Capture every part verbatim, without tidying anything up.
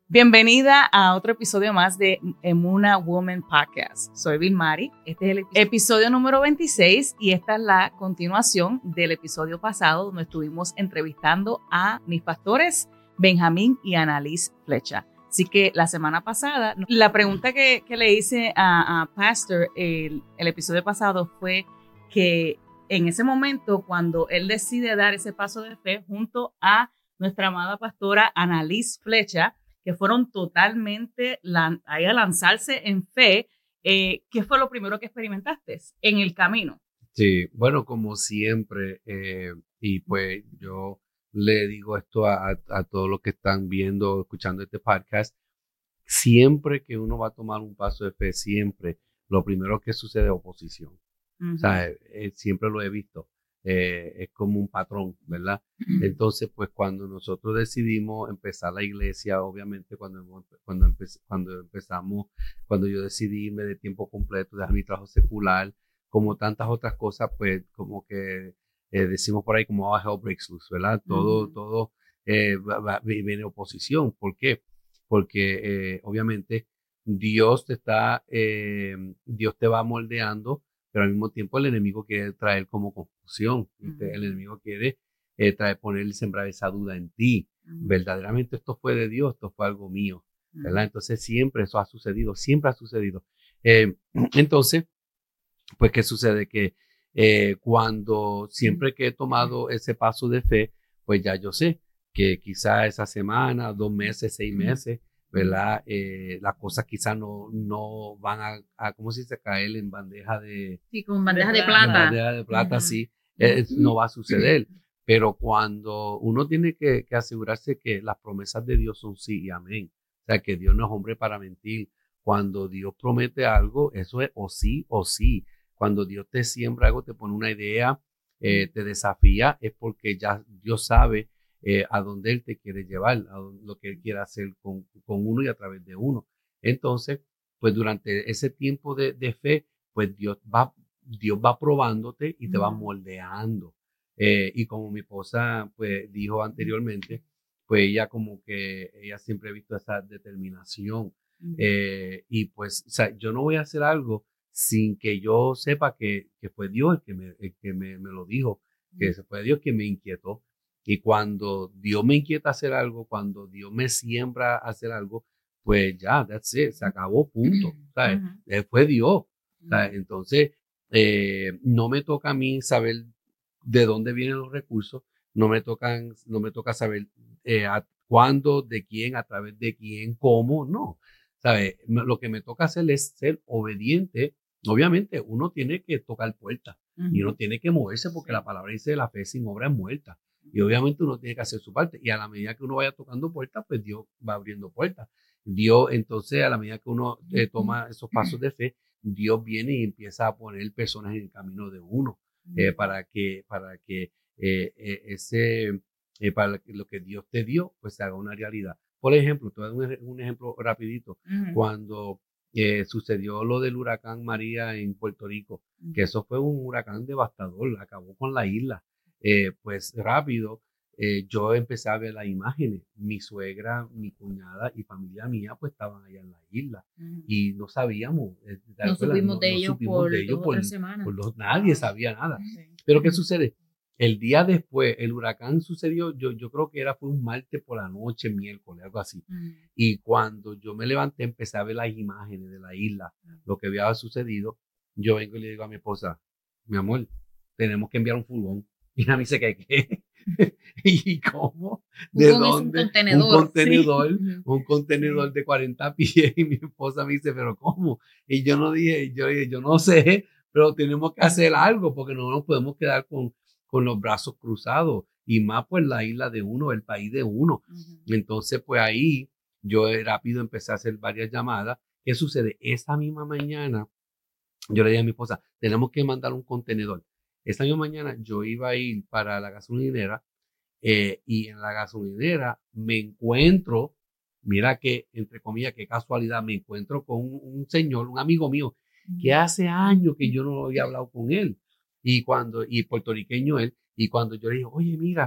Bienvenida a otro episodio más de Emuna Woman Podcast. Soy Vilmari. Este es el episodio número veintiséis y esta es la continuación del episodio pasado donde estuvimos entrevistando a mis pastores Benjamín y Annalise Flecha. Así que la semana pasada, la pregunta que, que le hice a, a Pastor el, el episodio pasado fue que en ese momento cuando él decide dar ese paso de fe junto a nuestra amada pastora Annalise Flecha, que fueron totalmente lan- ahí a lanzarse en fe, eh, ¿qué fue lo primero que experimentaste en el camino? Sí, bueno, como siempre, eh, y pues yo le digo esto a, a, a todos los que están viendo, escuchando este podcast, siempre que uno va a tomar un paso de fe, siempre, lo primero que sucede es oposición. Uh-huh. O sea, eh, siempre lo he visto. Eh, es como un patrón, ¿verdad? Uh-huh. Entonces, pues cuando nosotros decidimos empezar la iglesia, obviamente cuando, cuando, empe- cuando empezamos, cuando yo decidí irme de tiempo completo, dejar mi trabajo secular, como tantas otras cosas, pues como que eh, decimos por ahí como all hell breaks loose, ¿verdad? Todo, uh-huh. todo eh, va, va, viene oposición. ¿Por qué? Porque eh, obviamente Dios te está, eh, Dios te va moldeando, pero al mismo tiempo el enemigo quiere traer como confusión. Uh-huh. El enemigo quiere eh, traer, poner y sembrar esa duda en ti. Uh-huh. Verdaderamente esto fue de Dios, esto fue algo mío, ¿verdad? Uh-huh. Entonces siempre eso ha sucedido, siempre ha sucedido. Eh, entonces, pues, ¿qué sucede? Que eh, cuando siempre que he tomado ese paso de fe, pues ya yo sé que quizá esa semana, dos meses, seis meses, ¿verdad? Eh, las cosas quizás no, no van a, a, ¿cómo se dice? Caer en bandeja de... Sí, con bandeja de, de plata. Bandeja de plata, uh-huh. Sí. Eh, no va a suceder. Pero cuando uno tiene que, que asegurarse que las promesas de Dios son sí y amén. O sea, que Dios no es hombre para mentir. Cuando Dios promete algo, eso es o sí o sí. Cuando Dios te siembra algo, te pone una idea, eh, te desafía, es porque ya Dios sabe eh, a dónde Él te quiere llevar, a dónde, lo que Él quiere hacer con, con uno y a través de uno. Entonces, pues durante ese tiempo de, de fe, pues Dios va, Dios va probándote y te uh-huh. va moldeando. Eh, y como mi esposa pues dijo anteriormente, pues ella como que, ella siempre ha visto esa determinación. Uh-huh. Eh, y pues, o sea, yo no voy a hacer algo sin que yo sepa que, que fue Dios el que, me, el que me, me lo dijo, que uh-huh. fue Dios quien me inquietó. Y cuando Dios me inquieta a hacer algo, cuando Dios me siembra a hacer algo, pues ya, that's it, se acabó, punto. ¿Sabes? Uh-huh. Fue Dios. ¿Sabes? Uh-huh. Entonces, eh, no me toca a mí saber de dónde vienen los recursos, no me, tocan, no me toca saber eh, a cuándo, de quién, a través de quién, cómo, no. ¿Sabes? Lo que me toca hacer es ser obediente. Obviamente, uno tiene que tocar puertas uh-huh. y uno tiene que moverse porque sí. La palabra dice la fe sin obra es muerta. Y obviamente uno tiene que hacer su parte. Y a la medida que uno vaya tocando puertas, pues Dios va abriendo puertas. Dios, entonces, a la medida que uno eh, toma esos pasos de fe, Dios viene y empieza a poner personas en el camino de uno eh, para que, para que eh, eh, ese, eh, para que lo que Dios te dio, pues se haga una realidad. Por ejemplo, te voy a dar un, un ejemplo rapidito. Uh-huh. Cuando eh, sucedió lo del huracán María en Puerto Rico, uh-huh. que eso fue un huracán devastador, acabó con la isla. Eh, pues rápido, eh, yo empecé a ver las imágenes. Mi suegra, mi cuñada y familia mía, pues estaban allá en la isla uh-huh. y no sabíamos. Eh, no supimos no, de no ellos supimos por de ellos dos por, tres semanas. Por los, nadie sabía nada. Sí. Pero ¿qué sucede? El día después, el huracán sucedió, yo, yo creo que era fue un martes por la noche, miércoles, algo así. Uh-huh. Y cuando yo me levanté, empecé a ver las imágenes de la isla, uh-huh. lo que había sucedido. Yo vengo y le digo a mi esposa, mi amor, tenemos que enviar un furgón. Y ella me dice que qué. ¿Y cómo? ¿De un dónde? Un contenedor. Un contenedor, sí. un contenedor sí. de cuarenta pies. Y mi esposa me dice, ¿pero cómo? Y yo no dije, yo dije, yo no sé, pero tenemos que hacer algo porque no nos podemos quedar con, con los brazos cruzados. Y más pues la isla de uno, el país de uno. Uh-huh. Entonces, pues ahí yo rápido empecé a hacer varias llamadas. ¿Qué sucede? Esa misma mañana, yo le dije a mi esposa, tenemos que mandar un contenedor. Esa misma mañana yo iba a ir para la gasolinera eh, y en la gasolinera me encuentro, mira que, entre comillas, qué casualidad, me encuentro con un, un señor, un amigo mío, que hace años que yo no había hablado con él. Y cuando, y puertorriqueño él, y cuando yo le dije, oye, mira,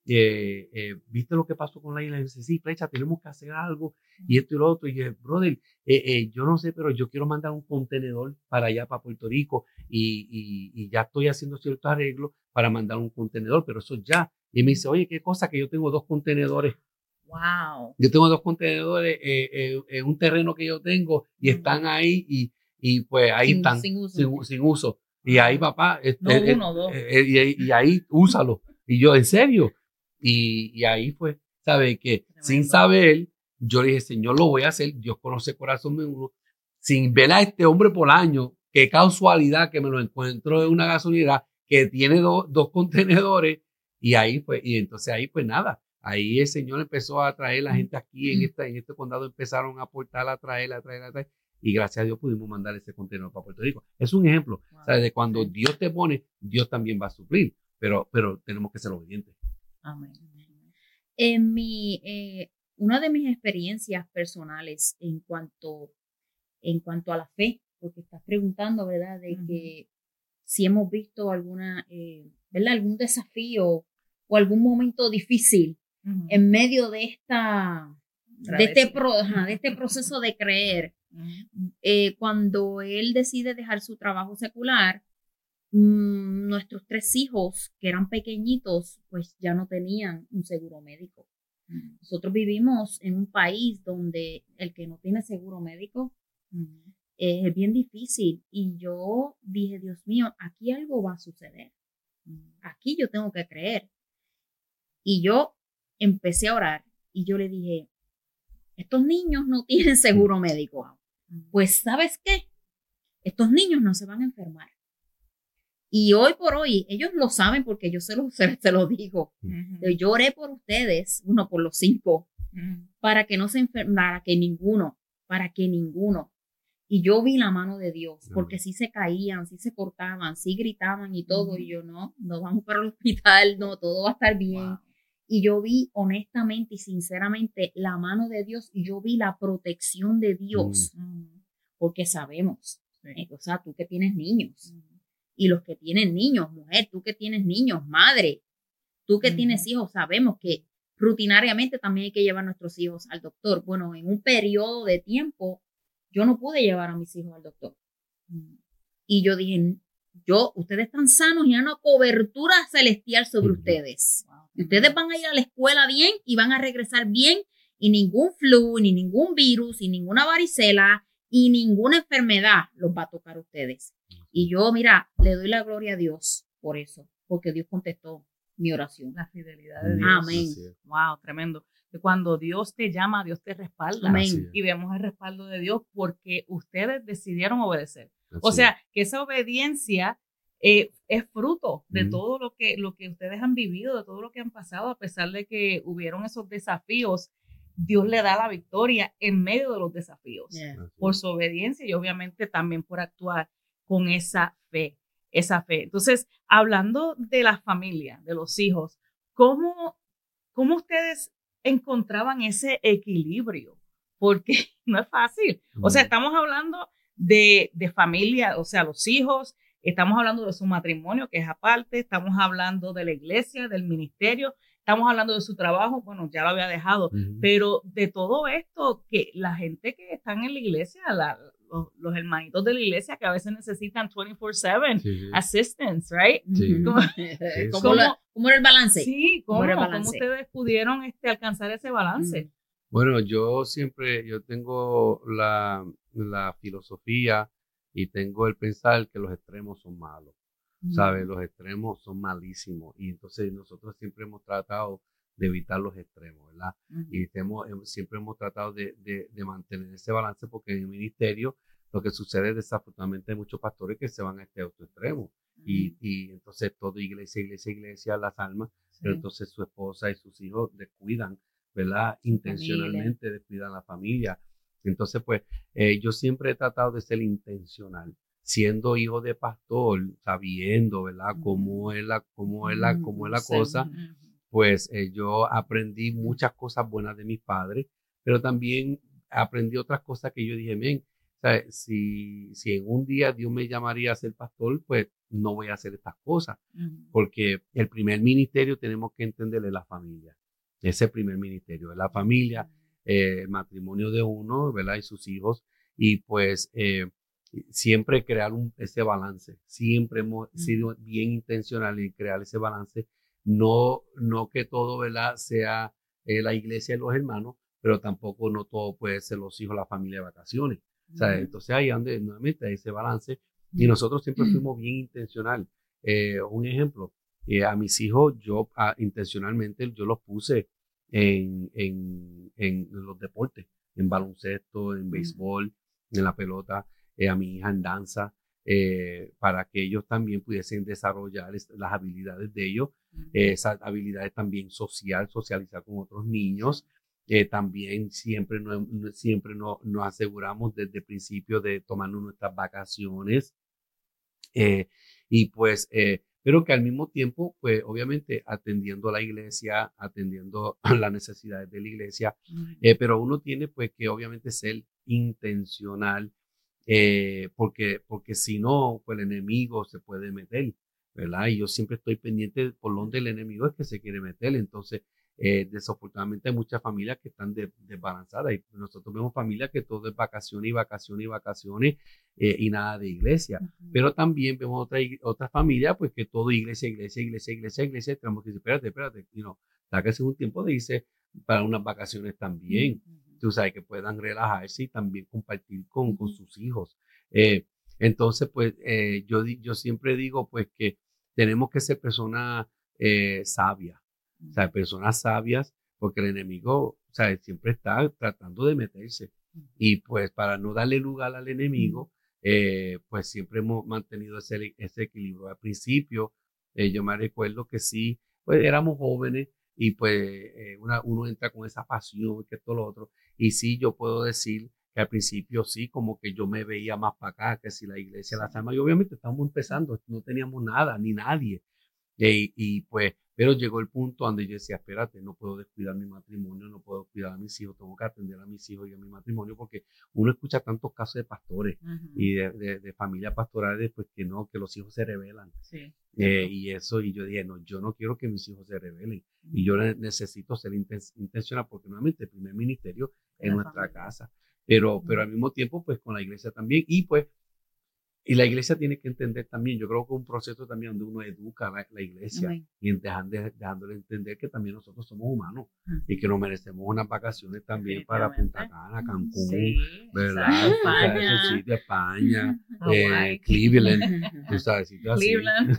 eh, eh, ¿viste lo que pasó con la isla? Y dice, sí, Flecha, tenemos que hacer algo y esto y lo otro. Y yo, brother, eh, eh, yo no sé, pero yo quiero mandar un contenedor para allá, para Puerto Rico y, y, y ya estoy haciendo ciertos arreglos para mandar un contenedor, pero eso ya. Y me dice, oye, qué cosa que yo tengo dos contenedores. Wow. Yo tengo dos contenedores eh, eh, en un terreno que yo tengo y uh-huh. están ahí y, y pues ahí sin, están sin uso. Sin, sin uso. Y ahí, papá, este, no eh, uno, dos. Eh, y, y ahí úsalo. Y yo, ¿en serio? Y, y ahí fue, ¿sabe? Que tremendo. Sin saber, yo le dije, Señor, lo voy a hacer. Dios conoce el corazón de uno. Sin ver a este hombre por año, qué casualidad que me lo encuentro en una gasolinera que tiene do, dos contenedores. Y ahí pues, y entonces ahí pues nada. Ahí el Señor empezó a traer la gente aquí en, esta, en este condado, empezaron a aportar, a traer, a traer, a traer. Y gracias a Dios pudimos mandar ese contenedor para Puerto Rico. Es un ejemplo. Wow. ¿Sabes? De cuando sí. Dios te pone, Dios también va a suplir. Pero, pero tenemos que ser obedientes. Amén. En mi, eh, una de mis experiencias personales en cuanto, en cuanto a la fe, porque estás preguntando, ¿verdad? De uh-huh. que si hemos visto alguna, eh, ¿verdad? Algún desafío o algún momento difícil uh-huh. en medio de esta, de este, pro, uh, de este proceso de creer. Uh-huh. Eh, cuando él decide dejar su trabajo secular, mmm, nuestros tres hijos, que eran pequeñitos, pues ya no tenían un seguro médico. Uh-huh. Nosotros vivimos en un país donde el que no tiene seguro médico uh-huh. es bien difícil. Y yo dije, Dios mío, aquí algo va a suceder. Uh-huh. Aquí yo tengo que creer. Y yo empecé a orar y yo le dije, estos niños no tienen seguro médico. Pues, ¿sabes qué? Estos niños no se van a enfermar. Y hoy por hoy, ellos lo saben porque yo se lo, se, se lo digo. Uh-huh. Yo oré por ustedes, uno por los cinco, uh-huh. para que no se enfermen, para que ninguno, para que ninguno. Y yo vi la mano de Dios, porque sí se caían, sí se cortaban, sí gritaban y todo. Uh-huh. Y yo, no, no vamos para el hospital, no, todo va a estar bien. Wow. Y yo vi honestamente y sinceramente la mano de Dios y yo vi la protección de Dios, uh-huh. porque sabemos, eh, o sea, tú que tienes niños, uh-huh. y los que tienen niños, mujer, tú que tienes niños, madre, tú que uh-huh. tienes hijos, sabemos que rutinariamente también hay que llevar a nuestros hijos al doctor. Bueno, en un periodo de tiempo yo no pude llevar a mis hijos al doctor. Uh-huh. Y yo dije, yo, ustedes están sanos y hay una cobertura celestial sobre uh-huh. ustedes. Wow. Ustedes van a ir a la escuela bien y van a regresar bien y ningún flu, ni ningún virus, y ninguna varicela y ninguna enfermedad los va a tocar a ustedes. Y yo, mira, le doy la gloria a Dios por eso, porque Dios contestó mi oración. La fidelidad de Dios. Amén. Wow, tremendo. Que cuando Dios te llama, Dios te respalda. Amén. Y vemos el respaldo de Dios porque ustedes decidieron obedecer. Así o sea, que esa obediencia eh, es fruto de Mm. todo lo que, lo que ustedes han vivido, de todo lo que han pasado, a pesar de que hubieron esos desafíos. Dios le da la victoria en medio de los desafíos, Yeah. por su obediencia y obviamente también por actuar con esa fe, esa fe. Entonces, hablando de la familia, de los hijos, ¿cómo, cómo ustedes encontraban ese equilibrio? Porque no es fácil. O sea, estamos hablando de, de familia, o sea, los hijos, estamos hablando de su matrimonio, que es aparte, estamos hablando de la iglesia, del ministerio, estamos hablando de su trabajo, bueno, ya lo había dejado, Ujú. pero de todo esto, que la gente que están en la iglesia, la, los, los hermanitos de la iglesia que a veces necesitan veinticuatro siete Sí, sí. assistance, right? Sí. ¿Cómo, Sí, ¿Cómo, ¿Cómo? lo- cómo era el balance? sí, ¿cómo, ¿Cómo era el ¿cómo balance? ustedes pudieron este, alcanzar ese balance? Bueno, yo siempre, yo tengo la, la filosofía y tengo el pensar que los extremos son malos, ¿sabes? Los extremos son malísimos y entonces nosotros siempre hemos tratado de evitar los extremos, ¿verdad? Ujú. Y hemos- hem- siempre hemos tratado de, de, de mantener ese balance porque en el ministerio lo que sucede es desafortunadamente hay muchos pastores que se van a este otro extremo y, y entonces todo iglesia, iglesia, iglesia, las almas, pero Sí. entonces su esposa y sus hijos descuidan, ¿verdad? Su Intencionalmente descuidan la familia. Entonces, pues, eh, yo siempre he tratado de ser intencional, siendo hijo de pastor, sabiendo, ¿verdad? Cómo es la, cómo es la, cómo es la Sí. cosa, Ujú. pues eh, yo aprendí muchas cosas buenas de mis padres, pero también aprendí otras cosas que yo dije, men, O sea, si, si en un día Dios me llamaría a ser pastor, pues no voy a hacer estas cosas, uh-huh. porque el primer ministerio tenemos que entenderle la familia. Ese primer ministerio, la familia, eh, el matrimonio de uno, ¿verdad? Y sus hijos, y pues eh, siempre crear un, ese balance. Siempre hemos uh-huh. sido bien intencionales en crear ese balance. No, no que todo, ¿verdad?, sea eh, la iglesia y los hermanos, pero tampoco no todo puede ser los hijos, la familia de vacaciones. Uh-huh. O sea, entonces ahí donde nuevamente hay ese balance. Uh-huh. Y nosotros siempre fuimos bien intencional. Eh, un ejemplo, eh, a mis hijos yo ah, intencionalmente yo los puse en, en, en los deportes, en baloncesto, en béisbol, en la pelota, eh, a mi hija en danza, eh, para que ellos también pudiesen desarrollar las habilidades de ellos, eh, esas habilidades también social, socializar con otros niños. Eh, también siempre, no, siempre no, nos aseguramos desde el principio de tomarnos nuestras vacaciones. Eh, y pues, eh, pero que al mismo tiempo, pues obviamente atendiendo a la iglesia, atendiendo a las necesidades de la iglesia, eh, pero uno tiene pues que obviamente ser intencional, eh, porque, porque si no, pues el enemigo se puede meter, ¿verdad? Y yo siempre estoy pendiente por donde el enemigo es que se quiere meter. Entonces, eh, desafortunadamente hay muchas familias que están de, desbalanzadas, y nosotros vemos familias que todo es vacaciones y vacaciones y vacaciones eh, y nada de iglesia, uh-huh. pero también vemos otra, otra familia pues que todo iglesia, iglesia, iglesia, iglesia, iglesia, tenemos que decir, espérate, espérate, you know, sáquese un tiempo de irse para unas vacaciones también, uh-huh. tú sabes, que puedan relajarse y también compartir con, uh-huh. con sus hijos. Eh, entonces, pues eh, yo, yo siempre digo pues que tenemos que ser personas eh, sabias, o sea, personas sabias, porque el enemigo, o sea, siempre está tratando de meterse. Y pues para no darle lugar al enemigo, eh, pues siempre hemos mantenido ese, ese equilibrio. Al principio, eh, yo me recuerdo que sí, pues éramos jóvenes y pues eh, una, uno entra con esa pasión, que esto, lo otro. Y sí, yo puedo decir que al principio sí, como que yo me veía más para acá, que si la iglesia, las almas, y obviamente estábamos empezando, no teníamos nada, ni nadie. Y, y pues, pero llegó el punto donde yo decía, espérate, no puedo descuidar mi matrimonio, no puedo cuidar a mis hijos, tengo que atender a mis hijos y a mi matrimonio, porque uno escucha tantos casos de pastores uh-huh. y de, de, de familias pastorales, pues que no, que los hijos se rebelan. Sí. Eh, y eso, y yo dije, no, yo no quiero que mis hijos se rebelen. Uh-huh. Y yo necesito ser inten- intencional, porque nuevamente el primer ministerio es nuestra familia. Casa. Pero, uh-huh. pero al mismo tiempo, pues con la iglesia también. Y pues, y la iglesia tiene que entender también, yo creo que es un proceso también donde uno educa a la, la iglesia uh-huh. y dejando, dejándole entender que también nosotros somos humanos uh-huh. y que nos merecemos unas vacaciones también para Punta Cana, Cancún, sí, ¿verdad? España, esos sitios, España, eh, Cleveland, tú sabes, sitios así. Cleveland.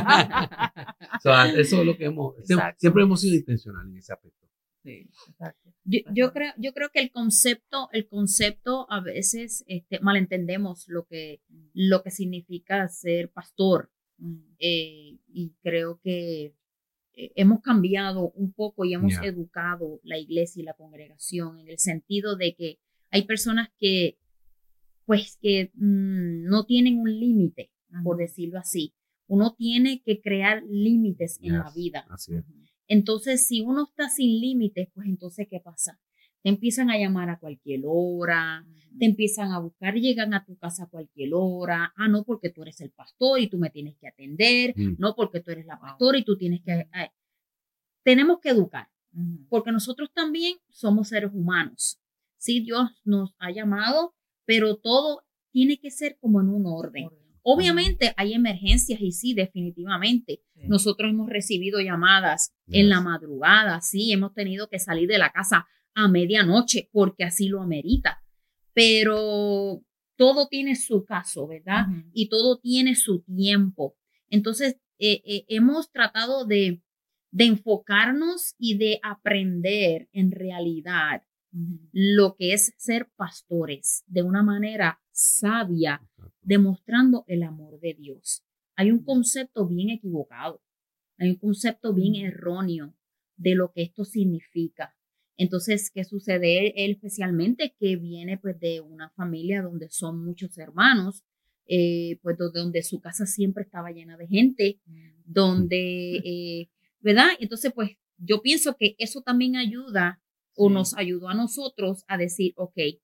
O sea, eso es lo que hemos, siempre, siempre hemos sido intencionales en ese aspecto. Sí, exacto. Yo, yo creo, yo creo que el concepto, el concepto a veces este, malentendemos lo que, lo que significa ser pastor. Mm. Eh, y creo que eh, hemos cambiado un poco y hemos yeah. educado la iglesia y la congregación en el sentido de que hay personas que, pues, que mmm, no tienen un límite, uh-huh. por decirlo así. Uno tiene que crear límites yes. en la vida. Así es. Uh-huh. Entonces, si uno está sin límites, pues entonces, ¿qué pasa? Te empiezan a llamar a cualquier hora, uh-huh. te empiezan a buscar, llegan a tu casa a cualquier hora. Ah, no, porque tú eres el pastor y tú me tienes que atender. Uh-huh. No, porque tú eres la pastora y tú tienes que... Eh, tenemos que educar, uh-huh. porque nosotros también somos seres humanos. Sí, Dios nos ha llamado, pero todo tiene que ser como en un orden. orden. Obviamente hay emergencias y sí, definitivamente. Sí. Nosotros hemos recibido llamadas yes. en la madrugada, sí, hemos tenido que salir de la casa a medianoche porque así lo amerita. Pero todo tiene su caso, ¿verdad? Uh-huh. Y todo tiene su tiempo. Entonces, eh, eh, hemos tratado de, de enfocarnos y de aprender en realidad uh-huh. lo que es ser pastores de una manera sabia, demostrando el amor de Dios. Hay un concepto bien equivocado, hay un concepto bien erróneo de lo que esto significa. Entonces, ¿qué sucede? Él especialmente que viene pues de una familia donde son muchos hermanos, eh, pues donde su casa siempre estaba llena de gente, donde, eh, ¿verdad? Entonces, pues yo pienso que eso también ayuda o sí. nos ayudó a nosotros a decir, ok,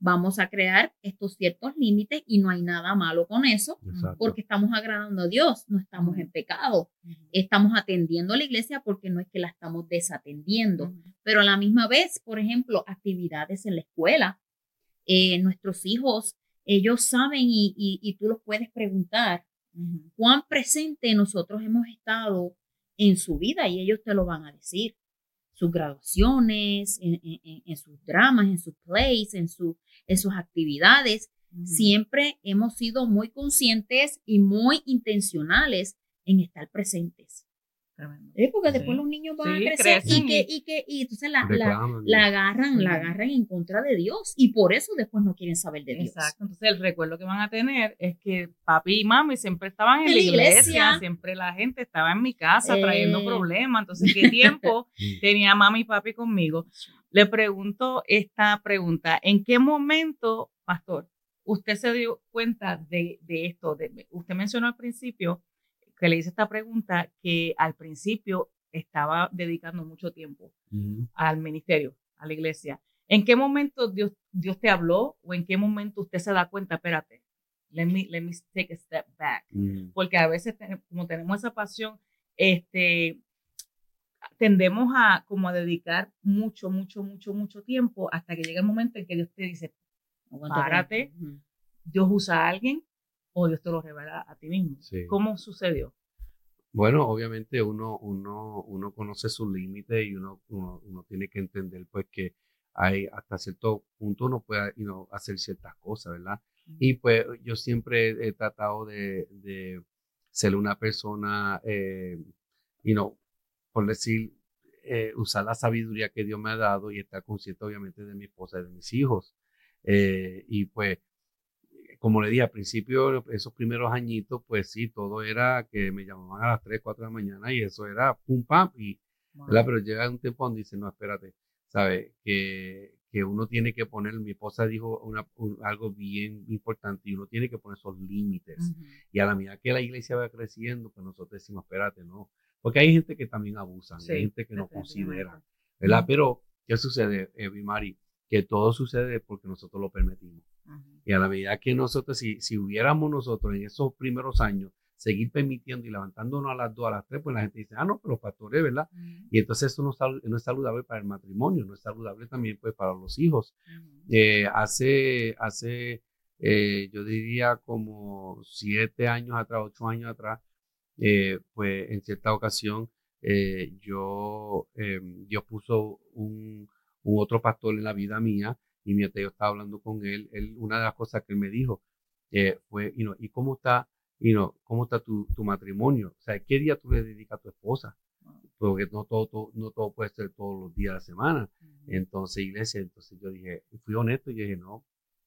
vamos a crear estos ciertos límites y no hay nada malo con eso, Exacto. porque estamos agradando a Dios, no estamos en pecado, estamos atendiendo a la iglesia porque no es que la estamos desatendiendo, uh-huh. pero a la misma vez, por ejemplo, actividades en la escuela, eh, nuestros hijos, ellos saben y, y, y tú los puedes preguntar uh-huh. cuán presente nosotros hemos estado en su vida y ellos te lo van a decir. Sus graduaciones, en, en, en sus dramas, en sus plays, en, su, en sus actividades. Uh-huh. Siempre hemos sido muy conscientes y muy intencionales en estar presentes. ¿Eh? Porque sí. después los niños van sí, a crecer y que, y que y entonces la, la, la agarran, sí. la agarran en contra de Dios y por eso después no quieren saber de Dios. Exacto, entonces el recuerdo que van a tener es que papi y mami siempre estaban en, en la iglesia, iglesia, siempre la gente estaba en mi casa eh. trayendo problemas, entonces ¿qué tiempo tenía mami y papi conmigo? Le pregunto esta pregunta, ¿en qué momento, pastor, usted se dio cuenta de, de esto? De, usted mencionó al principio que le hice esta pregunta, que al principio estaba dedicando mucho tiempo uh-huh. al ministerio, a la iglesia. ¿En qué momento Dios, Dios te habló o en qué momento usted se da cuenta, espérate, let me, let me take a step back? Uh-huh. Porque a veces, como tenemos esa pasión, este, tendemos a, como a dedicar mucho, mucho, mucho, mucho tiempo hasta que llega el momento en que Dios te dice, párate, uh-huh. Dios usa a alguien, o Dios te lo revela a ti mismo. Sí. ¿Cómo sucedió? Bueno, obviamente uno, uno, uno conoce sus límites y uno, uno, uno tiene que entender pues que hay hasta cierto punto uno puede you know, hacer ciertas cosas, ¿verdad? Uh-huh. Y pues yo siempre he tratado de, de ser una persona, eh, you know, por decir, eh, usar la sabiduría que Dios me ha dado y estar consciente obviamente de mi esposa y de mis hijos. Eh, y pues como le dije al principio, esos primeros añitos, pues sí, todo era que me llamaban a las tres, cuatro de la mañana y eso era pum, pam, y, wow. ¿verdad? Pero llega un tiempo donde dice, no, espérate, ¿sabes? Que, que uno tiene que poner, mi esposa dijo una, un, algo bien importante y uno tiene que poner esos límites. Uh-huh. Y a la medida que la iglesia va creciendo, pues nosotros decimos, espérate, no. Porque hay gente que también abusa, sí, hay gente que no considera, ¿verdad? Uh-huh. Pero, ¿qué sucede, Evi Mari? Que todo sucede porque nosotros lo permitimos. Uh-huh. Y a la medida que nosotros, si, si hubiéramos nosotros en esos primeros años, seguir permitiendo y levantándonos a las dos, a las tres, pues la gente dice, ah, no, pero los pastores, ¿verdad? Uh-huh. Y entonces eso no, no es saludable para el matrimonio, no es saludable también pues para los hijos. Uh-huh. Eh, hace, hace eh, yo diría como siete años atrás, ocho años atrás, eh, pues en cierta ocasión, eh, yo, eh, Dios puso un, un otro pastor en la vida mía. Y mientras yo estaba hablando con él, él una de las cosas que él me dijo eh, fue, you know, ¿y cómo está, you know, cómo está tu, tu matrimonio? O sea, ¿qué día tú le dedicas a tu esposa? Porque no todo, todo, no todo puede ser todos los días de la semana. Uh-huh. Entonces, iglesia, entonces yo dije, fui honesto y dije, no,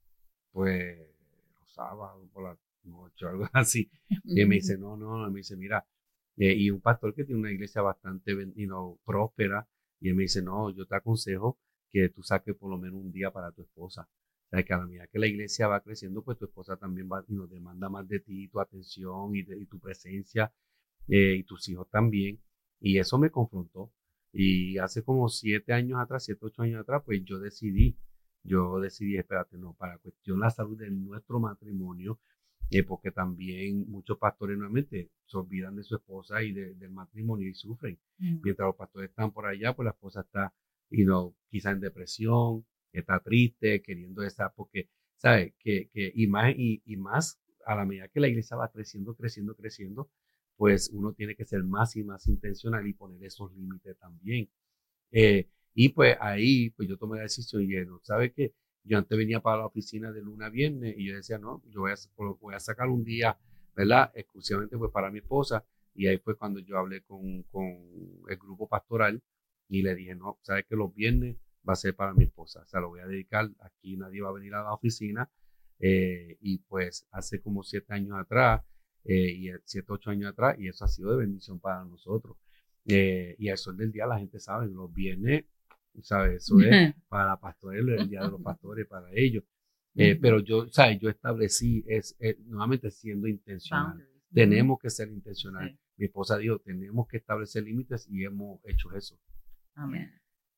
pues los sábados por la noche o algo así. Uh-huh. Y él me dice, no, no, no, me dice, mira, eh, y un pastor que tiene una iglesia bastante, you know, próspera, y él me dice, no, yo te aconsejo que tú saques por lo menos un día para tu esposa. O sea, que a la medida que la iglesia va creciendo, pues tu esposa también va, y nos demanda más de ti, tu atención y, de, y tu presencia, eh, y tus hijos también. Y eso me confrontó. Y hace como siete años atrás, siete, ocho años atrás, pues yo decidí, yo decidí, espérate, no, para cuestión la salud de nuestro matrimonio, eh, porque también muchos pastores nuevamente se olvidan de su esposa y de, del matrimonio y sufren. Mm. Mientras los pastores están por allá, pues la esposa está y no, quizá en depresión, está triste, queriendo estar, porque, ¿sabes? Que, que, y, más, y, y más a la medida que la iglesia va creciendo, creciendo, creciendo, pues uno tiene que ser más y más intencional y poner esos límites también. Eh, y pues ahí, pues yo tomé la decisión y dije, ¿sabes qué? Yo antes venía para la oficina de lunes a viernes y yo decía, no, yo voy a, voy a sacar un día, ¿verdad? Exclusivamente pues para mi esposa. Y ahí fue cuando yo hablé con, con el grupo pastoral y le dije, no, sabes que los viernes va a ser para mi esposa, o sea, lo voy a dedicar, aquí nadie va a venir a la oficina, eh, y pues hace como siete años atrás, eh, y siete, ocho años atrás, y eso ha sido de bendición para nosotros, eh, y al sol del día la gente sabe, los viernes, ¿sabes? Eso es para pastores, el día de los pastores, para ellos, eh, uh-huh. pero yo, ¿sabes? Yo establecí, es, es nuevamente siendo intencional, uh-huh. tenemos que ser intencional, sí. Mi esposa dijo, tenemos que establecer límites y hemos hecho eso. Amén.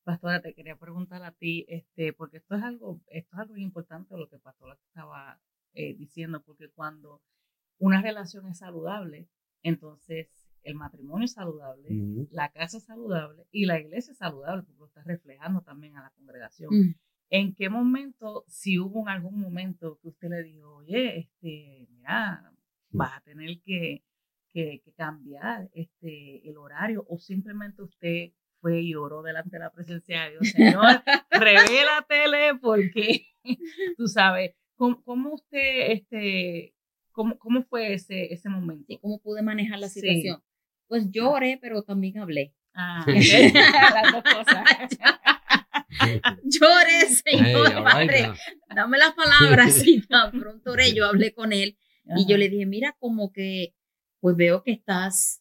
Pastora, te quería preguntar a ti, este, porque esto es algo, esto es algo importante lo que Pastora estaba eh, diciendo, porque cuando una relación es saludable, entonces el matrimonio es saludable, uh-huh. la casa es saludable y la iglesia es saludable, porque lo está reflejando también a la congregación. Uh-huh. ¿En qué momento, si hubo en algún momento que usted le dijo, oye, este, mira, vas a tener que, que, que cambiar este, el horario, o simplemente usted fue y oró delante de la presencia de Dios? Señor, revélatele, porque tú sabes, ¿cómo, cómo usted, este, cómo, cómo fue ese, ese momento? ¿Y cómo pude manejar la situación? Sí. Pues yo oré, pero también hablé. Ah, okay. Las dos cosas. Lloré, Señor, hey, Padre, right, dame las palabras. Y tan pronto oré, yo hablé con él. Ajá. Y yo le dije, mira, como que, pues veo que estás,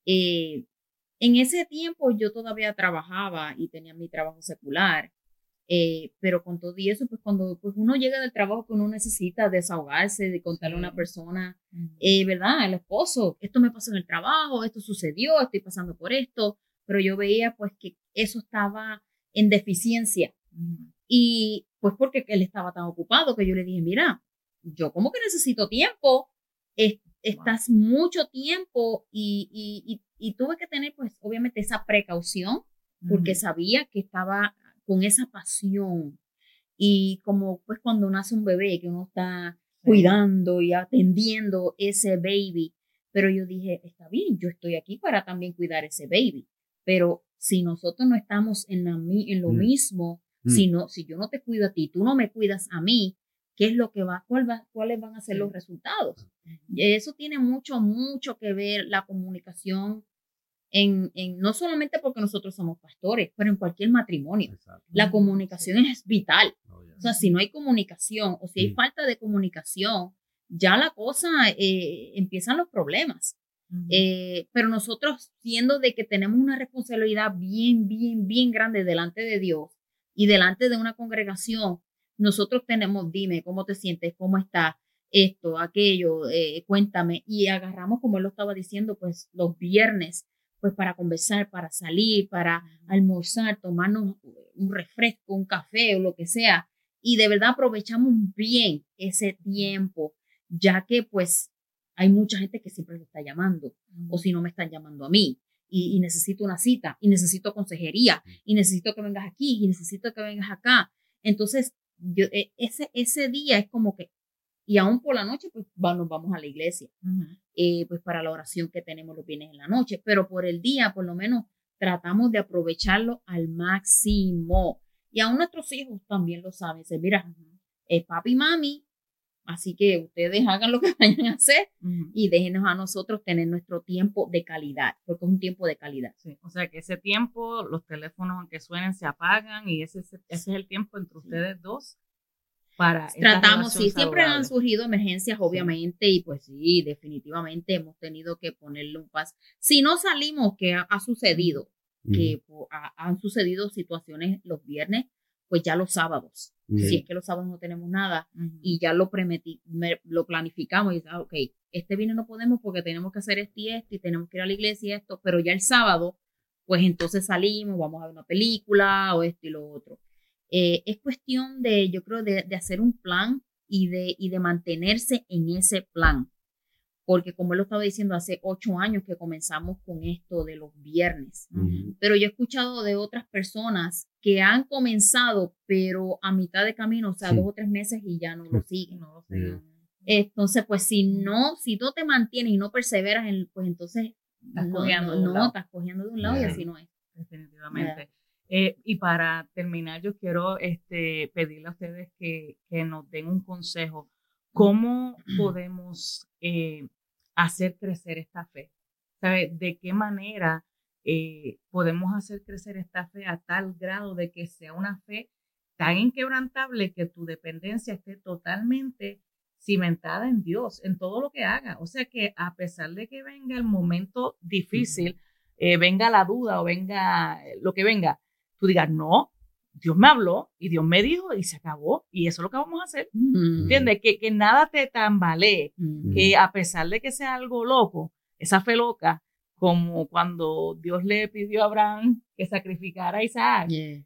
eh, en ese tiempo yo todavía trabajaba y tenía mi trabajo secular, eh, pero con todo y eso, pues cuando pues uno llega del trabajo que uno necesita desahogarse, de contarle sí. a una persona, uh-huh. eh, ¿verdad? El esposo, esto me pasó en el trabajo, esto sucedió, estoy pasando por esto, pero yo veía pues que eso estaba en deficiencia. Uh-huh. Y pues porque él estaba tan ocupado que yo le dije, mira, yo como que necesito tiempo, es, estás wow. mucho tiempo y, y, y, y tuve que tener pues obviamente esa precaución porque uh-huh. sabía que estaba con esa pasión y como pues cuando nace un bebé que uno está sí. cuidando y atendiendo ese baby, pero yo dije, está bien, yo estoy aquí para también cuidar ese baby, pero si nosotros no estamos en, la, en lo mm. mismo, mm. Si, no, si yo no te cuido a ti, tú no me cuidas a mí, ¿qué es lo que va? ¿Cuál va ¿Cuáles van a ser sí. los resultados? Eso tiene mucho, mucho que ver la comunicación, en, en, no solamente porque nosotros somos pastores, pero en cualquier matrimonio. Exacto. La comunicación sí. es vital. Oh, yeah. O sea, si no hay comunicación o si hay mm. falta de comunicación, ya la cosa, eh, empiezan los problemas. Uh-huh. Eh, pero nosotros, siendo de que tenemos una responsabilidad bien, bien, bien grande delante de Dios y delante de una congregación, nosotros tenemos, dime, ¿cómo te sientes? ¿Cómo estás? Esto, aquello, eh, cuéntame. Y agarramos, como él lo estaba diciendo, pues los viernes, pues para conversar, para salir, para uh-huh. almorzar, tomarnos un refresco, un café o lo que sea. Y de verdad aprovechamos bien ese tiempo, ya que pues hay mucha gente que siempre me está llamando, uh-huh. o si no me están llamando a mí, y, y necesito una cita, y necesito consejería, y necesito que vengas aquí, y necesito que vengas acá. Entonces, yo, ese, ese día es como que, y aún por la noche, pues va, nos vamos a la iglesia, uh-huh. eh, pues para la oración que tenemos los viernes en la noche, pero por el día, por lo menos, tratamos de aprovecharlo al máximo. Y aún nuestros hijos también lo saben, dicen, mira, uh-huh. eh, papi y mami, así que ustedes hagan lo que vayan a hacer uh-huh. y déjenos a nosotros tener nuestro tiempo de calidad, porque es un tiempo de calidad. Sí, o sea que ese tiempo, los teléfonos aunque suenen se apagan y ese, ese, ese es el tiempo entre ustedes dos para tratamos, sí, siempre han surgido emergencias obviamente sí. y pues sí, definitivamente hemos tenido que ponerle un pas. Si no salimos, que ha, ha sucedido, uh-huh. que pues, ha, han sucedido situaciones los viernes, pues ya los sábados. Sí. Si es que los sábados no tenemos nada uh-huh. y ya lo, premeti- me, lo planificamos y ah, ok, este viernes no podemos porque tenemos que hacer esto y esto y tenemos que ir a la iglesia y esto, pero ya el sábado, pues entonces salimos, vamos a ver una película o esto y lo otro. Eh, es cuestión de, yo creo, de, de hacer un plan y de, y de mantenerse en ese plan. Porque como él lo estaba diciendo, hace ocho años que comenzamos con esto de los viernes. Uh-huh. Pero yo he escuchado de otras personas que han comenzado, pero a mitad de camino, o sea, sí. dos o tres meses y ya no lo siguen. No lo siguen. Entonces, pues si no, si no te mantienes y no perseveras, en, pues entonces estás no, cogiendo no, no estás cogiendo de un lado yeah. y así no es. Definitivamente. Yeah. Eh, y para terminar, yo quiero este, pedirle a ustedes que, que nos den un consejo. ¿Cómo podemos eh, hacer crecer esta fe? ¿Sabe? ¿De qué manera eh, podemos hacer crecer esta fe a tal grado de que sea una fe tan inquebrantable que tu dependencia esté totalmente cimentada en Dios, en todo lo que haga? O sea que a pesar de que venga el momento difícil, eh, venga la duda o venga lo que venga, tú digas, no, Dios me habló y Dios me dijo y se acabó y eso es lo que vamos a hacer. Mm. ¿Entiendes? Que, que nada te tambalee, mm. que a pesar de que sea algo loco, esa fe loca, como cuando Dios le pidió a Abraham que sacrificara a Isaac, yeah.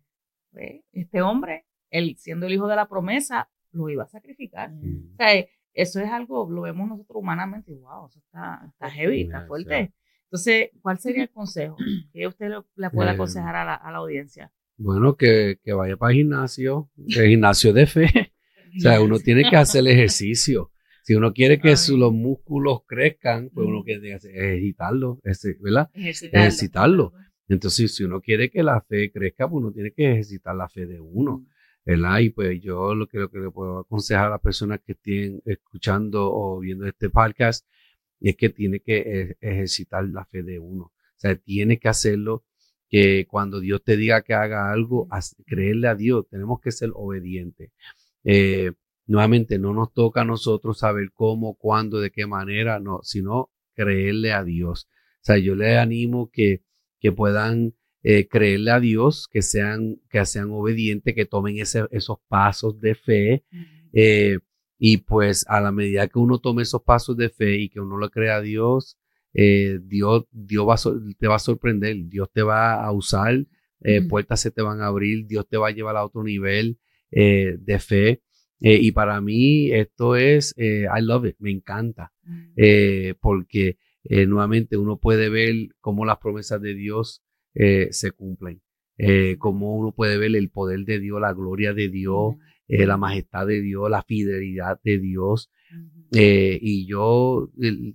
pues, este hombre, él siendo el hijo de la promesa, lo iba a sacrificar. Mm. O sea, eso es algo, lo vemos nosotros humanamente, wow, eso está, está heavy, está fuerte. Entonces, ¿cuál sería el consejo que usted le, le puede aconsejar a la, a la audiencia? Bueno, que, que vaya para el gimnasio, el gimnasio de fe. O sea, uno tiene que hacer el ejercicio. Si uno quiere que su, los músculos crezcan, pues uno tiene que ejercitarlo, ¿verdad? Ejercitarlo. Ejercitarlo. Entonces, si uno quiere que la fe crezca, pues uno tiene que ejercitar la fe de uno, ¿verdad? Y pues yo lo que, lo que le puedo aconsejar a las personas que estén escuchando o viendo este podcast es que tiene que ejercitar la fe de uno. O sea, tiene que hacerlo, que cuando Dios te diga que haga algo, creerle a Dios, tenemos que ser obedientes. Eh, nuevamente, no nos toca a nosotros saber cómo, cuándo, de qué manera, no, sino creerle a Dios. O sea, yo les animo que, que puedan eh, creerle a Dios, que sean, que sean obedientes, que tomen ese, esos pasos de fe. Eh, y pues a la medida que uno tome esos pasos de fe y que uno le crea a Dios, eh, Dios, Dios va a, te va a sorprender, Dios te va a usar, eh, mm. puertas se te van a abrir, Dios te va a llevar a otro nivel eh, de fe. Eh, y para mí esto es, eh, I love it, me encanta, eh, porque eh, nuevamente uno puede ver cómo las promesas de Dios eh, se cumplen, eh, cómo uno puede ver el poder de Dios, la gloria de Dios, eh, la majestad de Dios, la fidelidad de Dios. Eh, y yo,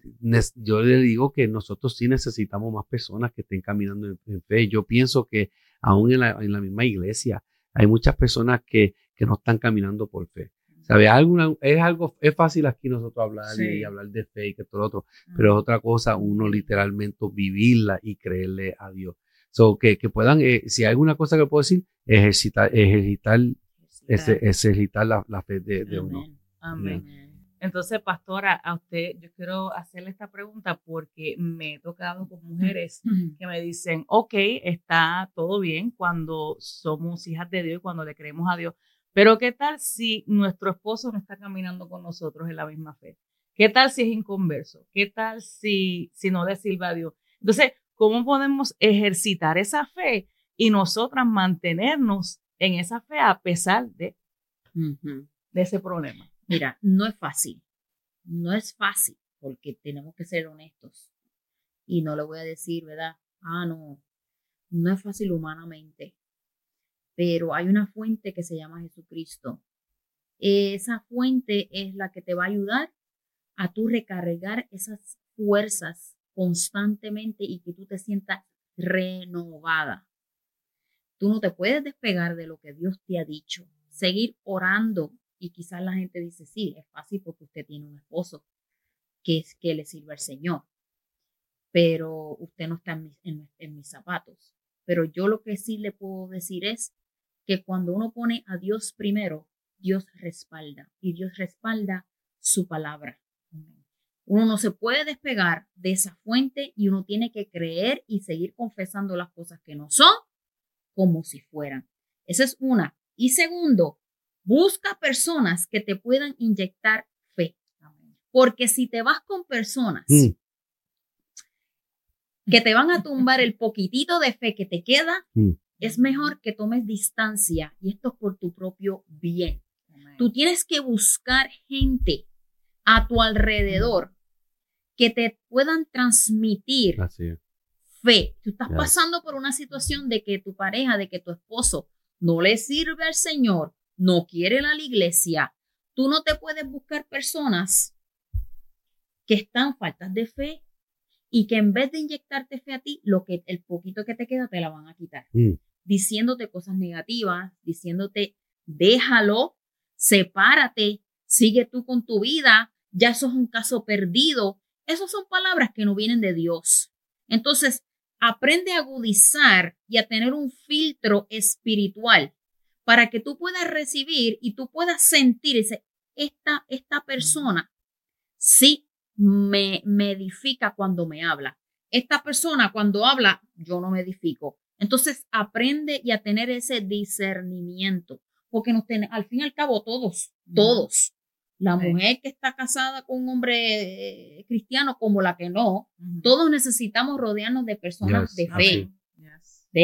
yo le digo que nosotros sí necesitamos más personas que estén caminando en, en fe. Yo pienso que aún en la, en la misma iglesia hay muchas personas que, que no están caminando por fe. ¿Sabe? Alguna, es algo, es fácil aquí nosotros hablar sí. y hablar de fe y que todo lo otro, uh-huh. pero es otra cosa uno literalmente vivirla y creerle a Dios. So, que, que puedan, eh, si hay alguna cosa que puedo decir, ejercitar, ejercitar, ejercitar, ese, ejercitar la, la fe de, de uno. Amén. Amén. Entonces, pastora, a usted, yo quiero hacerle esta pregunta porque me he tocado con mujeres uh-huh. que me dicen, ok, está todo bien cuando somos hijas de Dios y cuando le creemos a Dios, pero ¿qué tal si nuestro esposo no está caminando con nosotros en la misma fe? ¿Qué tal si es inconverso? ¿Qué tal si, si no le sirve a Dios? Entonces, ¿cómo podemos ejercitar esa fe y nosotras mantenernos en esa fe a pesar de, uh-huh. de ese problema? Mira, no es fácil, no es fácil porque tenemos que ser honestos y no le voy a decir, ¿verdad? Ah, no, no es fácil humanamente, pero hay una fuente que se llama Jesucristo. Esa fuente es la que te va a ayudar a tú recargar esas fuerzas constantemente y que tú te sientas renovada. Tú no te puedes despegar de lo que Dios te ha dicho, seguir orando. Y quizás la gente dice, sí, es fácil porque usted tiene un esposo que, es, que le sirve al Señor, pero usted no está en mis, en, en mis zapatos. Pero yo lo que sí le puedo decir es que cuando uno pone a Dios primero, Dios respalda y Dios respalda su palabra. Uno no se puede despegar de esa fuente y uno tiene que creer y seguir confesando las cosas que no son como si fueran. Esa es una. Y segundo, busca personas que te puedan inyectar fe. Porque si te vas con personas mm. que te van a tumbar el poquitito de fe que te queda, mm. es mejor que tomes distancia. Y esto es por tu propio bien. Amén. Tú tienes que buscar gente a tu alrededor que te puedan transmitir fe. Tú estás yes. pasando por una situación de que tu pareja, de que tu esposo no le sirve al Señor, no quiere ir a la iglesia, tú no te puedes buscar personas que están faltas de fe y que en vez de inyectarte fe a ti, lo que el poquito que te queda te la van a quitar, mm. diciéndote cosas negativas, diciéndote déjalo, sepárate, sigue tú con tu vida, ya eso es un caso perdido. Esas son palabras que no vienen de Dios. Entonces, aprende a agudizar y a tener un filtro espiritual para que tú puedas recibir y tú puedas sentir, dice, esta, esta persona sí me, me edifica cuando me habla. Esta persona cuando habla, yo no me edifico. Entonces aprende y a tener ese discernimiento, porque nos ten, al fin y al cabo todos, todos, la sí. mujer que está casada con un hombre eh, cristiano como la que no, uh-huh. todos necesitamos rodearnos de personas yes. de fe. Yes. ¿Ve?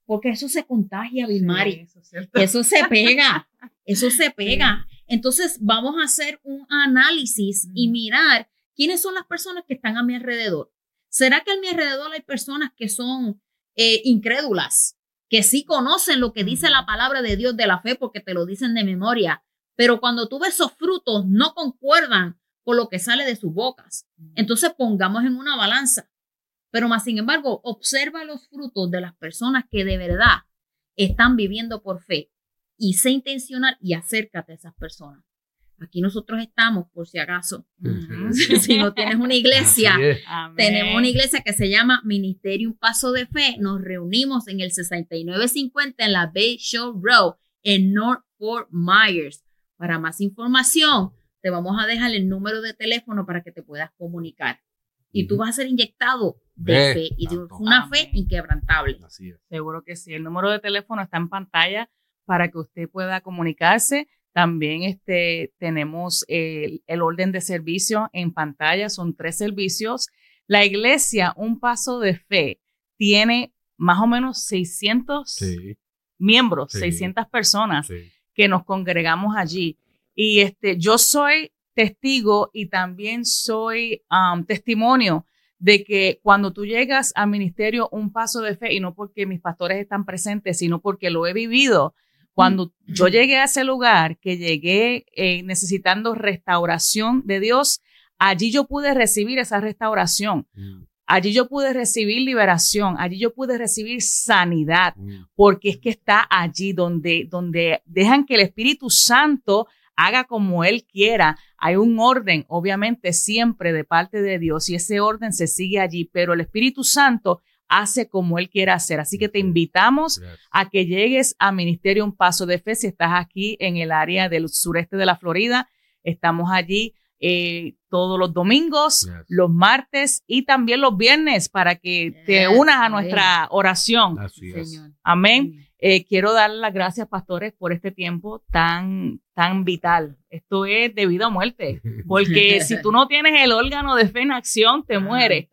porque eso se contagia, Vilmari. Sí, eso, es cierto. Eso se pega, eso se pega. Sí. Entonces vamos a hacer un análisis mm. y mirar quiénes son las personas que están a mi alrededor. ¿Será que a mi alrededor hay personas que son eh, incrédulas, que sí conocen lo que dice la palabra de Dios de la fe porque te lo dicen de memoria, pero cuando tú ves esos frutos no concuerdan con lo que sale de sus bocas? Entonces pongamos en una balanza. Pero más sin embargo, observa los frutos de las personas que de verdad están viviendo por fe y sé intencional y acércate a esas personas. Aquí nosotros estamos, por si acaso, uh-huh. si no tienes una iglesia, tenemos una iglesia que se llama Ministerio Un Paso de Fe. Nos reunimos en el sesenta y nueve cincuenta en la Bay Shore Road en North Fort Myers. Para más información, te vamos a dejar el número de teléfono para que te puedas comunicar. Y tú vas a ser inyectado de eh, fe y de una fe inquebrantable. Así es. Seguro que sí. El número de teléfono está en pantalla para que usted pueda comunicarse. También este, tenemos el, el orden de servicio en pantalla. Son tres servicios. La iglesia Un Paso de Fe tiene más o menos seiscientos sí. miembros, sí. seiscientas personas sí. que nos congregamos allí. Y este, yo soy testigo y también soy um, testimonio de que cuando tú llegas al ministerio Un Paso de Fe, y no porque mis pastores están presentes, sino porque lo he vivido, cuando mm. yo llegué a ese lugar, que llegué eh, necesitando restauración de Dios, allí yo pude recibir esa restauración. Mm. Allí yo pude recibir liberación, allí yo pude recibir sanidad, mm. porque es que está allí donde, donde dejan que el Espíritu Santo haga como Él quiera. Hay un orden, obviamente, siempre de parte de Dios, y ese orden se sigue allí, pero el Espíritu Santo hace como Él quiera hacer. Así que te invitamos Gracias. a que llegues a Ministerio Un Paso de Fe. Si estás aquí en el área del sureste de la Florida, estamos allí eh, todos los domingos, Gracias. los martes y también los viernes para que te unas a nuestra oración. Así es. Amén. Eh, quiero dar las gracias, pastores, por este tiempo tan, tan vital. Esto es de vida o muerte, porque si tú no tienes el órgano de fe en acción, te mueres.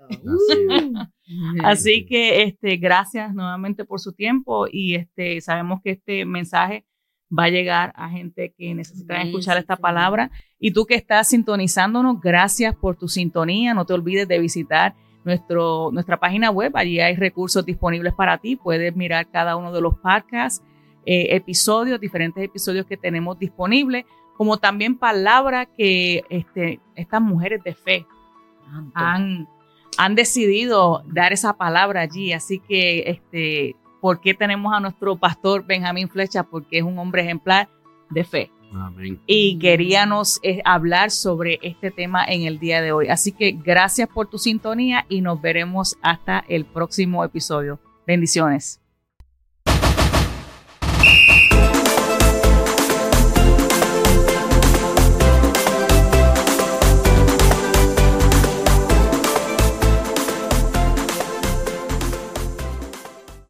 Así que este, gracias nuevamente por su tiempo, y este, sabemos que este mensaje va a llegar a gente que necesita escuchar esta palabra. Y tú que estás sintonizándonos, gracias por tu sintonía. No te olvides de visitar Nuestro, nuestra página web. Allí hay recursos disponibles para ti. Puedes mirar cada uno de los podcasts, eh, episodios, diferentes episodios que tenemos disponibles, como también palabras que este, estas mujeres de fe han, han decidido dar esa palabra allí. Así que, este, ¿por qué tenemos a nuestro pastor Benjamín Flecha? Porque es un hombre ejemplar de fe. Amén. Y queríamos eh, hablar sobre este tema en el día de hoy. Así que gracias por tu sintonía y nos veremos hasta el próximo episodio. Bendiciones.